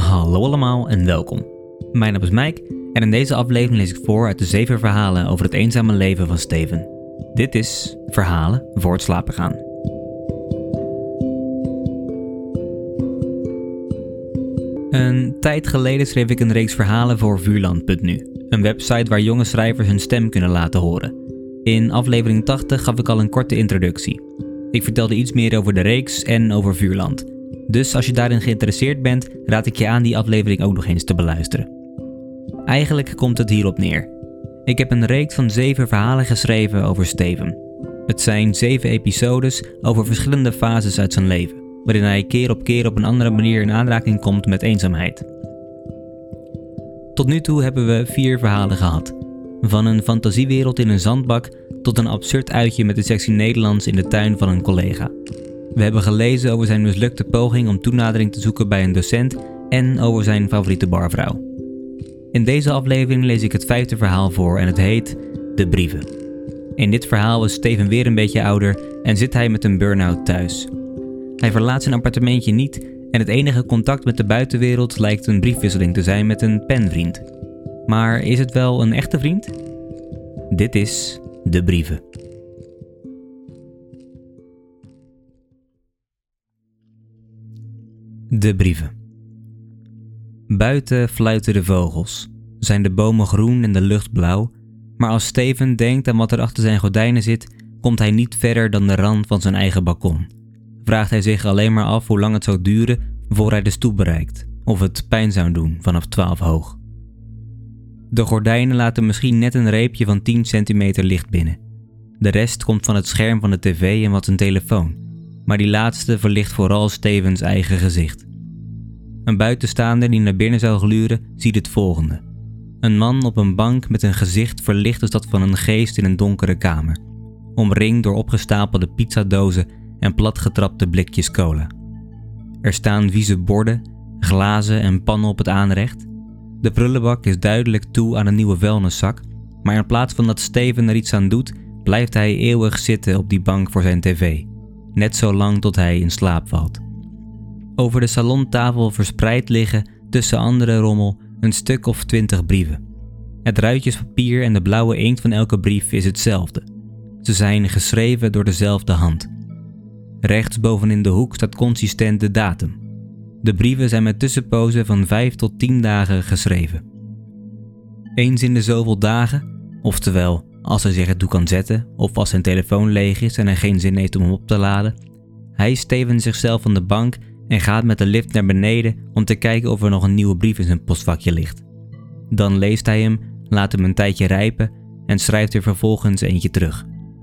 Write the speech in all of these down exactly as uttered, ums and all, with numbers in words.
Hallo allemaal en welkom. Mijn naam is Mike en in deze aflevering lees ik voor uit de zeven verhalen over het eenzame leven van Steven. Dit is Verhalen voor het slapen gaan. Een tijd geleden schreef ik een reeks verhalen voor vuurland punt nu, een website waar jonge schrijvers hun stem kunnen laten horen. In aflevering tachtig gaf ik al een korte introductie. Ik vertelde iets meer over de reeks en over Vuurland. Dus als je daarin geïnteresseerd bent, raad ik je aan die aflevering ook nog eens te beluisteren. Eigenlijk komt het hierop neer. Ik heb een reeks van zeven verhalen geschreven over Steven. Het zijn zeven episodes over verschillende fases uit zijn leven, waarin hij keer op keer op een andere manier in aanraking komt met eenzaamheid. Tot nu toe hebben we vier verhalen gehad. Van een fantasiewereld in een zandbak tot een absurd uitje met de sectie Nederlands in de tuin van een collega. We hebben gelezen over zijn mislukte poging om toenadering te zoeken bij een docent en over zijn favoriete barvrouw. In deze aflevering lees ik het vijfde verhaal voor en het heet De Brieven. In dit verhaal is Steven weer een beetje ouder en zit hij met een burn-out thuis. Hij verlaat zijn appartementje niet en het enige contact met de buitenwereld lijkt een briefwisseling te zijn met een penvriend. Maar is het wel een echte vriend? Dit is De Brieven. De Brieven. Buiten fluiten de vogels, zijn de bomen groen en de lucht blauw, maar als Steven denkt aan wat er achter zijn gordijnen zit, komt hij niet verder dan de rand van zijn eigen balkon. Vraagt hij zich alleen maar af hoe lang het zou duren voor hij de stoep bereikt, of het pijn zou doen vanaf twaalf hoog. De gordijnen laten misschien net een reepje van tien centimeter licht binnen. De rest komt van het scherm van de tv en wat een telefoon. Maar die laatste verlicht vooral Stevens eigen gezicht. Een buitenstaander die naar binnen zou gluren, ziet het volgende. Een man op een bank met een gezicht verlicht als dat van een geest in een donkere kamer. Omringd door opgestapelde pizzadozen en platgetrapte blikjes cola. Er staan vieze borden, glazen en pannen op het aanrecht. De prullenbak is duidelijk toe aan een nieuwe vuilniszak, maar in plaats van dat Steven er iets aan doet, blijft hij eeuwig zitten op die bank voor zijn tv. Net zo lang tot hij in slaap valt. Over de salontafel verspreid liggen, tussen andere rommel, een stuk of twintig brieven. Het ruitjespapier en de blauwe inkt van elke brief is hetzelfde. Ze zijn geschreven door dezelfde hand. Rechts bovenin de hoek staat consistent de datum. De brieven zijn met tussenpozen van vijf tot tien dagen geschreven. Eens in de zoveel dagen, oftewel als hij zich het toe kan zetten of als zijn telefoon leeg is en hij geen zin heeft om hem op te laden, hijst Steven zichzelf van de bank en gaat met de lift naar beneden om te kijken of er nog een nieuwe brief in zijn postvakje ligt. Dan leest hij hem, laat hem een tijdje rijpen en schrijft er vervolgens eentje terug.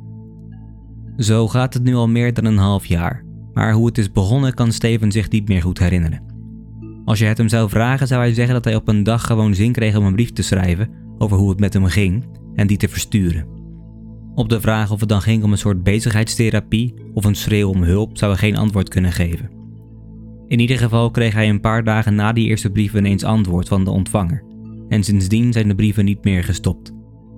Zo gaat het nu al meer dan een half jaar, maar hoe het is begonnen kan Steven zich niet meer goed herinneren. Als je het hem zou vragen, zou hij zeggen dat hij op een dag gewoon zin kreeg om een brief te schrijven over hoe het met hem ging en die te versturen. Op de vraag of het dan ging om een soort bezigheidstherapie of een schreeuw om hulp zou hij geen antwoord kunnen geven. In ieder geval kreeg hij een paar dagen na die eerste brief ineens antwoord van de ontvanger en sindsdien zijn de brieven niet meer gestopt.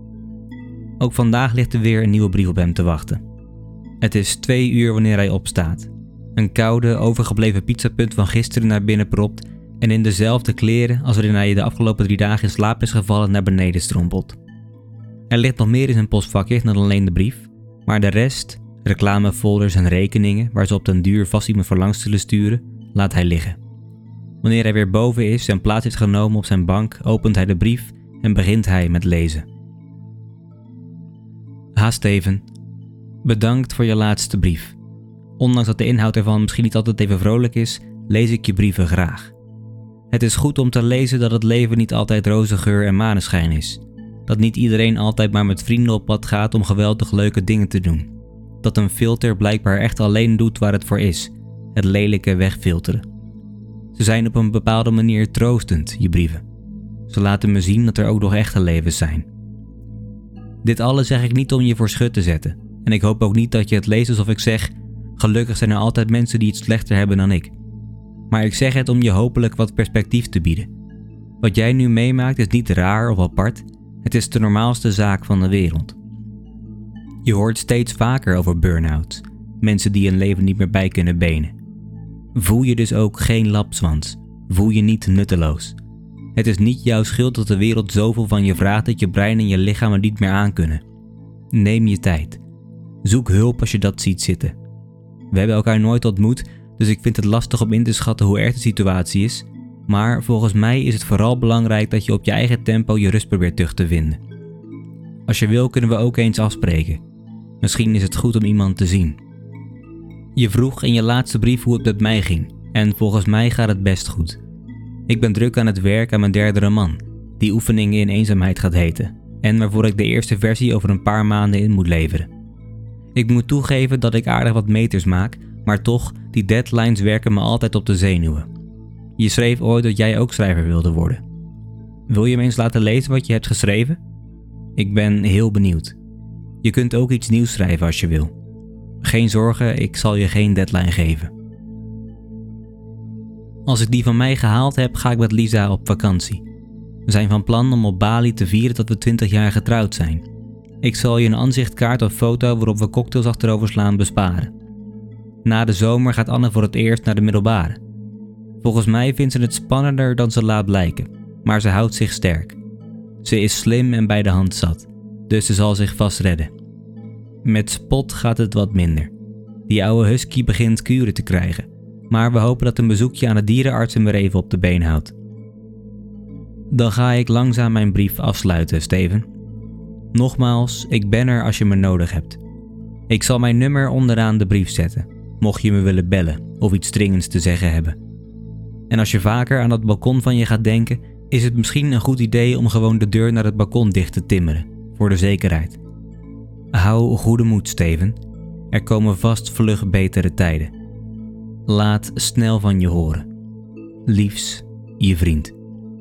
Ook vandaag ligt er weer een nieuwe brief op hem te wachten. Het is twee uur wanneer hij opstaat. Een koude, overgebleven pizzapunt van gisteren naar binnen propt en in dezelfde kleren als waarin hij de afgelopen drie dagen in slaap is gevallen naar beneden strompelt. Er ligt nog meer in zijn postvakje dan alleen de brief, maar de rest, reclamefolders en rekeningen waar ze op den duur vast iemand voor langs zullen sturen, laat hij liggen. Wanneer hij weer boven is en plaats heeft genomen op zijn bank, opent hij de brief en begint hij met lezen. Ha Steven, bedankt voor je laatste brief. Ondanks dat de inhoud ervan misschien niet altijd even vrolijk is, lees ik je brieven graag. Het is goed om te lezen dat het leven niet altijd roze geur en maneschijn is. Dat niet iedereen altijd maar met vrienden op pad gaat om geweldig leuke dingen te doen. Dat een filter blijkbaar echt alleen doet waar het voor is, het lelijke wegfilteren. Ze zijn op een bepaalde manier troostend, je brieven. Ze laten me zien dat er ook nog echte levens zijn. Dit alles zeg ik niet om je voor schut te zetten. En ik hoop ook niet dat je het leest alsof ik zeg, gelukkig zijn er altijd mensen die het slechter hebben dan ik. Maar ik zeg het om je hopelijk wat perspectief te bieden. Wat jij nu meemaakt is niet raar of apart. Het is de normaalste zaak van de wereld. Je hoort steeds vaker over burn-out, mensen die hun leven niet meer bij kunnen benen. Voel je dus ook geen lapswans, Voel je niet nutteloos. Het is niet jouw schuld dat de wereld zoveel van je vraagt dat je brein en je lichaam er niet meer aan kunnen. Neem je tijd. Zoek hulp als je dat ziet zitten. We hebben elkaar nooit ontmoet, dus ik vind het lastig om in te schatten hoe erg de situatie is, maar volgens mij is het vooral belangrijk dat je op je eigen tempo je rust probeert terug te vinden. Als je wil kunnen we ook eens afspreken. Misschien is het goed om iemand te zien. Je vroeg in je laatste brief hoe het met mij ging en volgens mij gaat het best goed. Ik ben druk aan het werk aan mijn derde roman, die Oefeningen in eenzaamheid gaat heten en waarvoor ik de eerste versie over een paar maanden in moet leveren. Ik moet toegeven dat ik aardig wat meters maak, maar toch, die deadlines werken me altijd op de zenuwen. Je schreef ooit dat jij ook schrijver wilde worden. Wil je me eens laten lezen wat je hebt geschreven? Ik ben heel benieuwd. Je kunt ook iets nieuws schrijven als je wil. Geen zorgen, ik zal je geen deadline geven. Als ik die van mij gehaald heb, ga ik met Lisa op vakantie. We zijn van plan om op Bali te vieren dat we twintig jaar getrouwd zijn. Ik zal je een aanzichtkaart of foto waarop we cocktails achterover slaan besparen. Na de zomer gaat Anne voor het eerst naar de middelbare. Volgens mij vindt ze het spannender dan ze laat blijken, maar ze houdt zich sterk. Ze is slim en bij de hand zat, dus ze zal zich vast redden. Met Spot gaat het wat minder. Die oude husky begint kuren te krijgen, maar we hopen dat een bezoekje aan de dierenarts hem weer even op de been houdt. Dan ga ik langzaam mijn brief afsluiten, Steven. Nogmaals, ik ben er als je me nodig hebt. Ik zal mijn nummer onderaan de brief zetten, mocht je me willen bellen of iets dringends te zeggen hebben. En als je vaker aan dat balkon van je gaat denken, is het misschien een goed idee om gewoon de deur naar het balkon dicht te timmeren, voor de zekerheid. Hou goede moed, Steven. Er komen vast vlug betere tijden. Laat snel van je horen. Liefs, je vriend.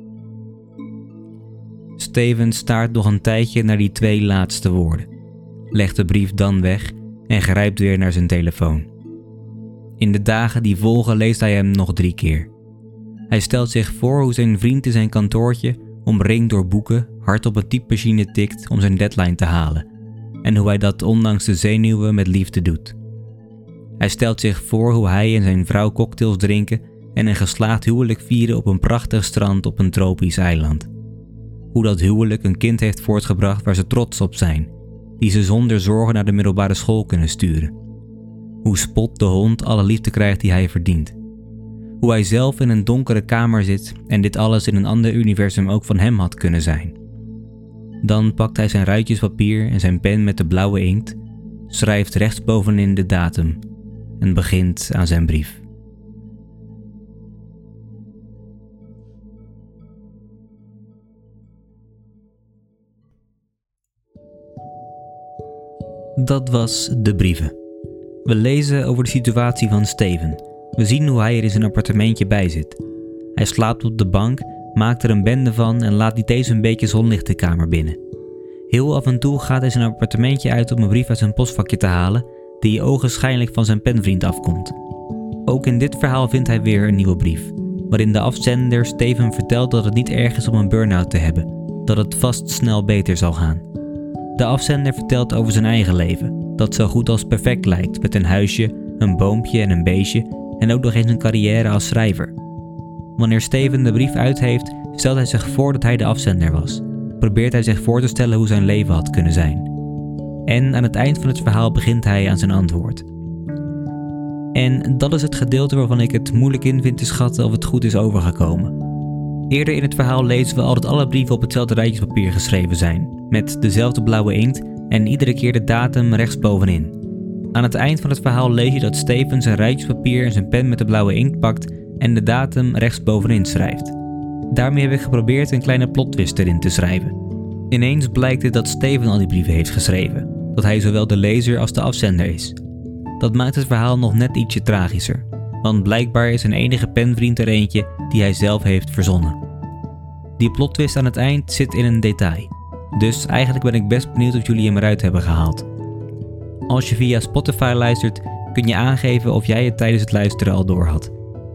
Steven staart nog een tijdje naar die twee laatste woorden, legt de brief dan weg en grijpt weer naar zijn telefoon. In de dagen die volgen leest hij hem nog drie keer. Hij stelt zich voor hoe zijn vriend in zijn kantoortje, omringd door boeken, hard op een typemachine tikt om zijn deadline te halen en hoe hij dat ondanks de zenuwen met liefde doet. Hij stelt zich voor hoe hij en zijn vrouw cocktails drinken en een geslaagd huwelijk vieren op een prachtig strand op een tropisch eiland. Hoe dat huwelijk een kind heeft voortgebracht waar ze trots op zijn, die ze zonder zorgen naar de middelbare school kunnen sturen. Hoe Spot de hond alle liefde krijgt die hij verdient. Hoe hij zelf in een donkere kamer zit en dit alles in een ander universum ook van hem had kunnen zijn. Dan pakt hij zijn ruitjespapier en zijn pen met de blauwe inkt, schrijft rechtsbovenin de datum en begint aan zijn brief. Dat was De Brieven. We lezen over de situatie van Steven. We zien hoe hij er in zijn appartementje bij zit. Hij slaapt op de bank, maakt er een bende van en laat niet eens een beetje zonlicht de kamer binnen. Heel af en toe gaat hij zijn appartementje uit om een brief uit zijn postvakje te halen, die ogenschijnlijk van zijn penvriend afkomt. Ook in dit verhaal vindt hij weer een nieuwe brief, waarin de afzender Steven vertelt dat het niet erg is om een burn-out te hebben, dat het vast snel beter zal gaan. De afzender vertelt over zijn eigen leven, dat zo goed als perfect lijkt met een huisje, een boompje en een beestje en ook nog eens een carrière als schrijver. Wanneer Steven de brief uit heeft, stelt hij zich voor dat hij de afzender was. Probeert hij zich voor te stellen hoe zijn leven had kunnen zijn. En aan het eind van het verhaal begint hij aan zijn antwoord. En dat is het gedeelte waarvan ik het moeilijk in vind te schatten of het goed is overgekomen. Eerder in het verhaal lezen we al dat alle brieven op hetzelfde rijtjespapier geschreven zijn, met dezelfde blauwe inkt en iedere keer de datum rechtsbovenin. Aan het eind van het verhaal lees je dat Steven zijn rijtjespapier en zijn pen met de blauwe inkt pakt en de datum rechtsbovenin schrijft. Daarmee heb ik geprobeerd een kleine plotwist erin te schrijven. Ineens blijkt het dat Steven al die brieven heeft geschreven, dat hij zowel de lezer als de afzender is. Dat maakt het verhaal nog net ietsje tragischer, want blijkbaar is zijn enige penvriend er eentje die hij zelf heeft verzonnen. Die plotwist aan het eind zit in een detail, dus eigenlijk ben ik best benieuwd of jullie hem eruit hebben gehaald. Als je via Spotify luistert, kun je aangeven of jij het tijdens het luisteren al doorhad.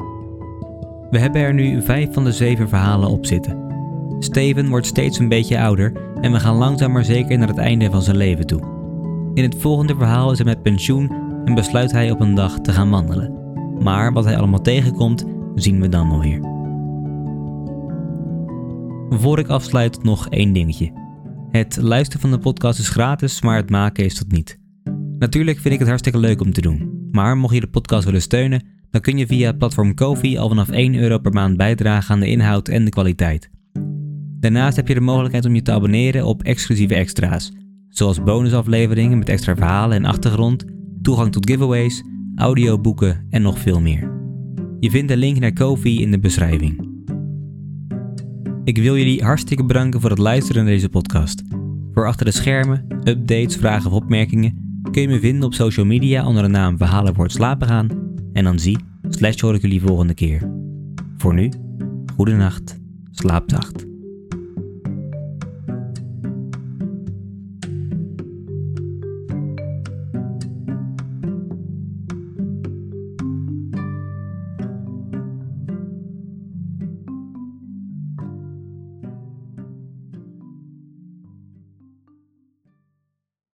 We hebben er nu vijf van de zeven verhalen op zitten. Steven wordt steeds een beetje ouder en we gaan langzaam maar zeker naar het einde van zijn leven toe. In het volgende verhaal is hij met pensioen en besluit hij op een dag te gaan wandelen. Maar wat hij allemaal tegenkomt, zien we dan wel weer. Voor ik afsluit nog één dingetje. Het luisteren van de podcast is gratis, maar het maken is dat niet. Natuurlijk vind ik het hartstikke leuk om te doen. Maar mocht je de podcast willen steunen, dan kun je via platform Ko-fi al vanaf één euro per maand bijdragen aan de inhoud en de kwaliteit. Daarnaast heb je de mogelijkheid om je te abonneren op exclusieve extra's, zoals bonusafleveringen met extra verhalen en achtergrond, toegang tot giveaways, audioboeken en nog veel meer. Je vindt de link naar Ko-fi in de beschrijving. Ik wil jullie hartstikke bedanken voor het luisteren naar deze podcast. Voor achter de schermen, updates, vragen of opmerkingen kun je me vinden op social media onder de naam Verhalen voor het slapen gaan. En dan zie, slash hoor ik jullie volgende keer. Voor nu, goedenacht, slaap zacht.